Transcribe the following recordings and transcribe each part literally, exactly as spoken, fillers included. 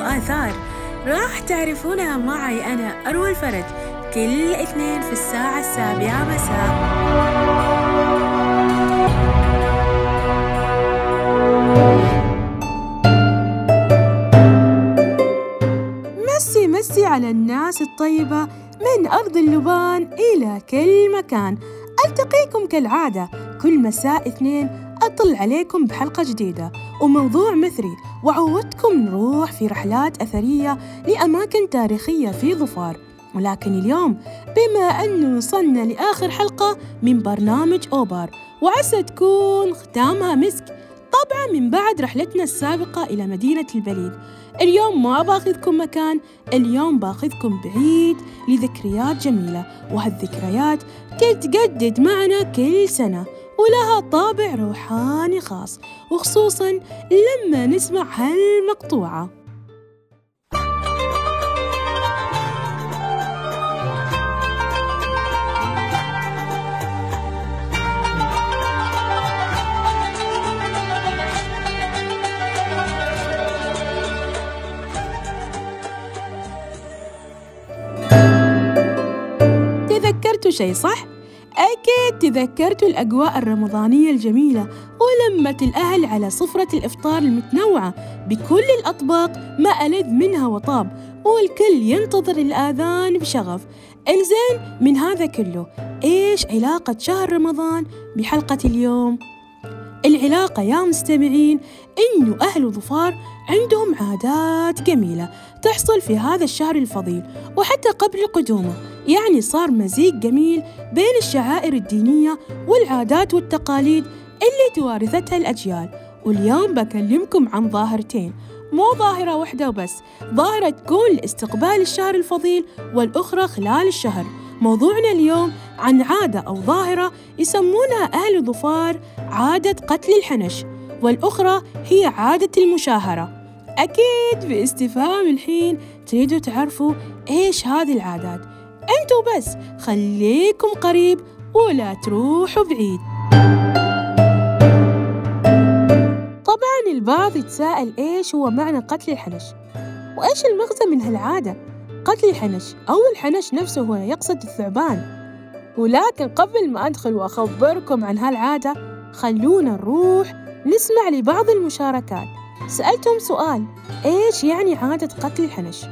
وآثار راح تعرفونها معي أنا أروى الفرج كل اثنين في الساعة السابعة مساء. مسي مسي على الناس الطيبة من أرض اللبان إلى كل مكان. ألتقيكم كالعادة كل مساء اثنين، أطل عليكم بحلقة جديدة وموضوع مثري، وعودتكم نروح في رحلات أثرية لأماكن تاريخية في ظفار. ولكن اليوم بما أنه وصلنا لآخر حلقة من برنامج أوبار وعسى تكون ختامها مسك، طبعاً من بعد رحلتنا السابقة إلى مدينة البليد، اليوم ما باخذكم مكان، اليوم باخذكم بعيد لذكريات جميلة، وهالذكريات تتجدد معنا كل سنة ولها طابع روحاني خاص، وخصوصاً لما نسمع هالمقطوعة. تذكرتوا شيء صح؟ أكيد تذكرتوا الأجواء الرمضانية الجميلة ولمة الأهل على سفرة الإفطار المتنوعة بكل الأطباق ما ألذ منها وطاب، والكل ينتظر الآذان بشغف. إنزين، من هذا كله إيش علاقة شهر رمضان بحلقة اليوم؟ العلاقة يا مستمعين إنه أهل ظفار عندهم عادات جميلة تحصل في هذا الشهر الفضيل وحتى قبل قدومه، يعني صار مزيج جميل بين الشعائر الدينية والعادات والتقاليد اللي توارثتها الأجيال. واليوم بكلمكم عن ظاهرتين، مو ظاهرة واحدة وبس، ظاهرة تكون لاستقبال الشهر الفضيل والأخرى خلال الشهر. موضوعنا اليوم عن عادة أو ظاهرة يسمونها أهل ظفار عادة قتل الحنش، والأخرى هي عادة المشاهرة. أكيد باستفهام الحين تريدوا تعرفوا إيش هذه العادات، أنتوا بس خليكم قريب ولا تروحوا بعيد. طبعاً البعض يتساءل إيش هو معنى قتل الحنش، وإيش المغزى من هالعادة؟ قتل الحنش أو الحنش نفسه هو يقصد الثعبان. ولكن قبل ما أدخل وأخبركم عن هالعادة، خلونا نروح نسمع لبعض المشاركات. سألتهم سؤال، إيش يعني عادة قتل الحنش؟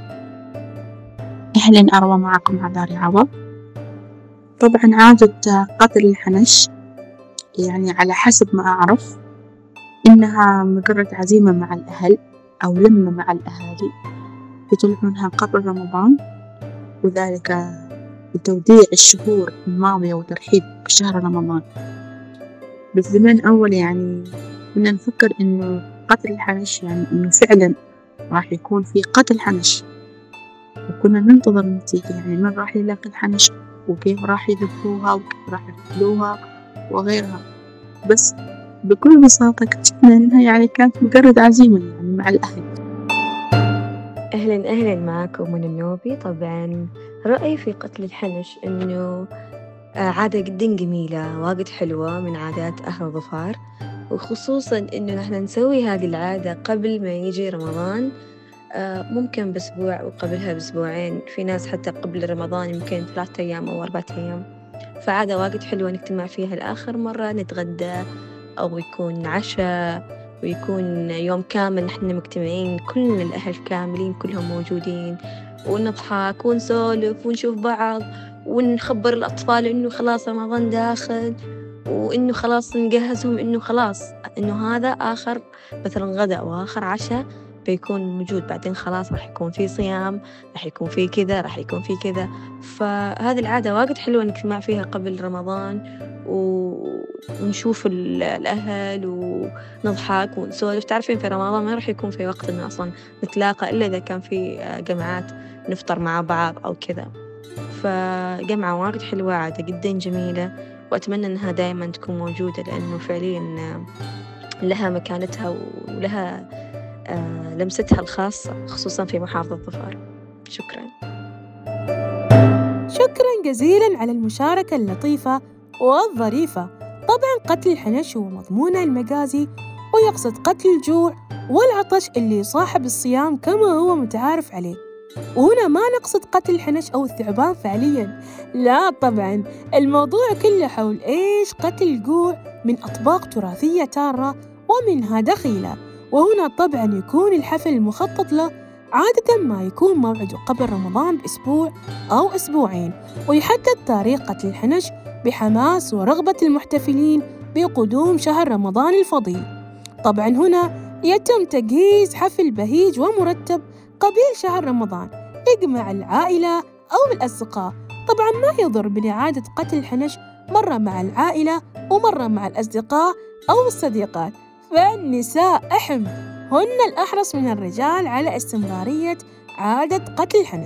أهلاً، أروى معكم عذاري عوض. طبعاً عادة قتل الحنش يعني على حسب ما أعرف إنها مجرد عزيمة مع الأهل أو لمة مع الأهالي يطلعونها قبل رمضان، وذلك لتوديع الشهور الماضية وترحيب بشهر رمضان. بالزمن الأول يعني كنا نفكر إنه قتل الحنش يعني إنه فعلاً راح يكون في قتل حنش، وكنا ننتظر النتيجة، يعني من راح يلاقي الحنش وكيف راح يذبحوها وكيف راح يقتلوها وغيرها. بس بكل بساطة اكتشفنا إنها يعني كانت مجرد عزيمة يعني مع الأهل. أهلاً أهلاً معكم من النوبي. طبعاً رأيي في قتل الحنش إنه عادة جداً جميلة واجد حلوة من عادات أهل ظفار، وخصوصاً إنه نحن نسوي هذه العادة قبل ما يجي رمضان، ممكن بأسبوع وقبلها بأسبوعين، في ناس حتى قبل رمضان يمكن ثلاثة أيام أو أربعة أيام. فعادة واجد حلوة نجتمع فيها لآخر مرة نتغدى أو يكون عشاء ويكون يوم كامل نحن مجتمعين كل الأهل كاملين كلهم موجودين، ونضحك ونسولف ونشوف بعض ونخبر الأطفال إنه خلاص رمضان داخل، وإنه خلاص نجهزهم إنه خلاص إنه هذا آخر مثلا غداء وآخر عشاء بيكون موجود، بعدين خلاص راح يكون في صيام، راح يكون في كذا، راح يكون في كذا. فهذه العادة واجد حلوة نجتمع فيها قبل رمضان ونشوف الأهل ونضحك ونسولف. تعرفين في رمضان ما راح يكون في وقت إنه أصلا نتلاقى إلا إذا كان في جمعات نفطر مع بعض أو كذا. فجمعة واجد حلوة، عادة جدا جميلة، وأتمنى أنها دائما تكون موجودة، لأنه فعليا لها مكانتها ولها لمستها الخاصة خصوصا في محافظة ظفار. شكرا شكرا جزيلا على المشاركة اللطيفة والظريفة. طبعا قتل الحنش هو مضمون المجازي ويقصد قتل الجوع والعطش اللي يصاحب الصيام كما هو متعارف عليه. وهنا ما نقصد قتل الحنش أو الثعبان فعلياً، لا طبعاً، الموضوع كله حول إيش قتل الجوع من أطباق تراثية تارة ومنها دخيلة. وهنا طبعاً يكون الحفل المخطط له عادة ما يكون موعده قبل رمضان بأسبوع أو أسبوعين، ويحدد تاريخ قتل الحنش بحماس ورغبة المحتفلين بقدوم شهر رمضان الفضيل. طبعاً هنا يتم تجهيز حفل بهيج ومرتب قبيل شهر رمضان يجمع العائلة أو الأصدقاء. طبعاً ما يضر بإعادة قتل الحنش مرة مع العائلة ومرة مع الأصدقاء أو الصديقات، فالنساء أحم هن الأحرص من الرجال على استمرارية عادة قتل الحنش.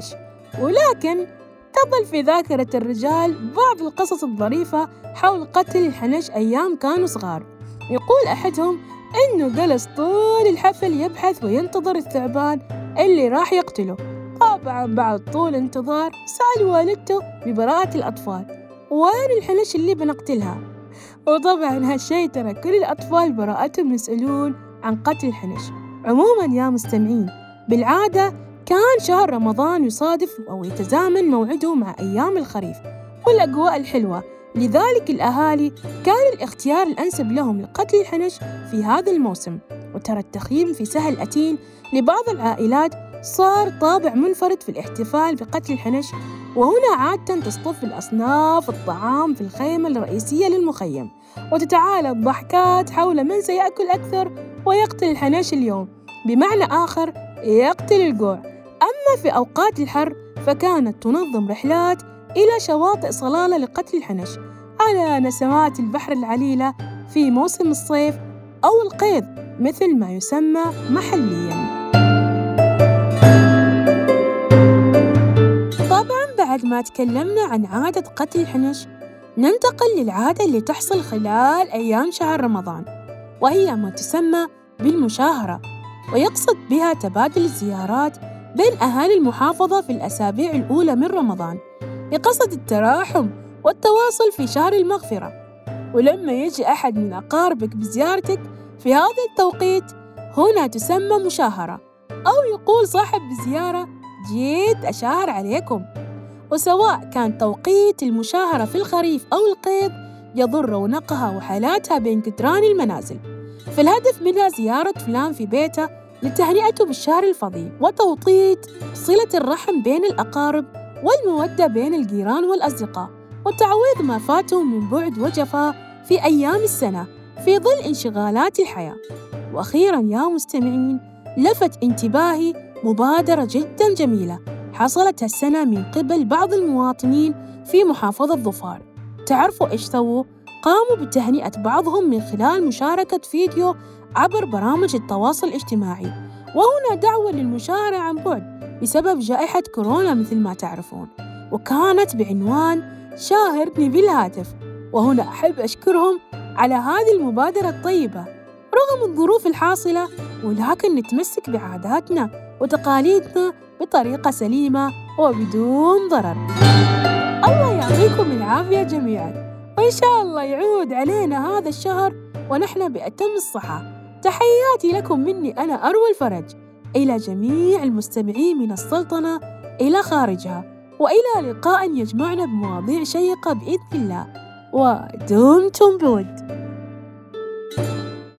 ولكن تظل في ذاكرة الرجال بعض القصص الظريفة حول قتل الحنش أيام كانوا صغار. يقول أحدهم إنه جلس طول الحفل يبحث وينتظر الثعبان اللي راح يقتله. طبعاً بعد طول انتظار سأل والدته ببراءة الأطفال وين الحنش اللي بنقتلها. وطبعاً هالشي ترى كل الأطفال براءتهم يسألون عن قتل الحنش. عموماً يا مستمعين، بالعادة كان شهر رمضان يصادف أو يتزامن موعده مع أيام الخريف والأجواء الحلوة، لذلك الأهالي كان الاختيار الأنسب لهم لقتل الحنش في هذا الموسم. وترى التخييم في سهل أتين لبعض العائلات صار طابع منفرد في الاحتفال بقتل الحنش، وهنا عادة تصطف الأصناف الطعام في الخيمة الرئيسية للمخيم، وتتعالى الضحكات حول من سيأكل أكثر ويقتل الحنش اليوم، بمعنى آخر يقتل الجوع. أما في أوقات الحر فكانت تنظم رحلات إلى شواطئ صلالة لقتل الحنش على نسمات البحر العليلة في موسم الصيف أو القيض مثل ما يسمى محلياً. طبعاً بعد ما تكلمنا عن عادة قتل الحنش ننتقل للعادة اللي تحصل خلال أيام شهر رمضان، وهي ما تسمى بالمشاهرة، ويقصد بها تبادل الزيارات بين أهالي المحافظة في الأسابيع الأولى من رمضان بقصد التراحم والتواصل في شهر المغفرة. ولما يجي أحد من أقاربك بزيارتك في هذا التوقيت هنا تسمى مشاهرة، أو يقول صاحب الزيارة جيت أشاهر عليكم. وسواء كان توقيت المشاهرة في الخريف أو القيض يضر رونقها وحالاتها بين جدران المنازل، فالهدف منها زيارة فلان في بيته لتهنئته بالشهر الفضيل وتوطيد صلة الرحم بين الأقارب والمودة بين الجيران والأصدقاء، وتعويض ما فاتهم من بعد وجفاء في أيام السنة في ظل انشغالات الحياة. وأخيراً يا مستمعين، لفت انتباهي مبادرة جداً جميلة حصلت هالسنة من قبل بعض المواطنين في محافظة ظفار. تعرفوا إيش سووا؟ قاموا بتهنئة بعضهم من خلال مشاركة فيديو عبر برامج التواصل الاجتماعي، وهنا دعوة للمشاركة عن بعد بسبب جائحة كورونا مثل ما تعرفون، وكانت بعنوان شاهرني بالهاتف. وهنا أحب أشكرهم على هذه المبادرة الطيبة رغم الظروف الحاصلة، ولكن نتمسك بعاداتنا وتقاليدنا بطريقة سليمة وبدون ضرر. الله يعطيكم العافية جميعاً، وإن شاء الله يعود علينا هذا الشهر ونحن بأتم الصحة. تحياتي لكم مني أنا أروى الفرج إلى جميع المستمعين من السلطنة إلى خارجها، وإلى لقاء يجمعنا بمواضيع شيقة بإذن الله، ودمتم بود.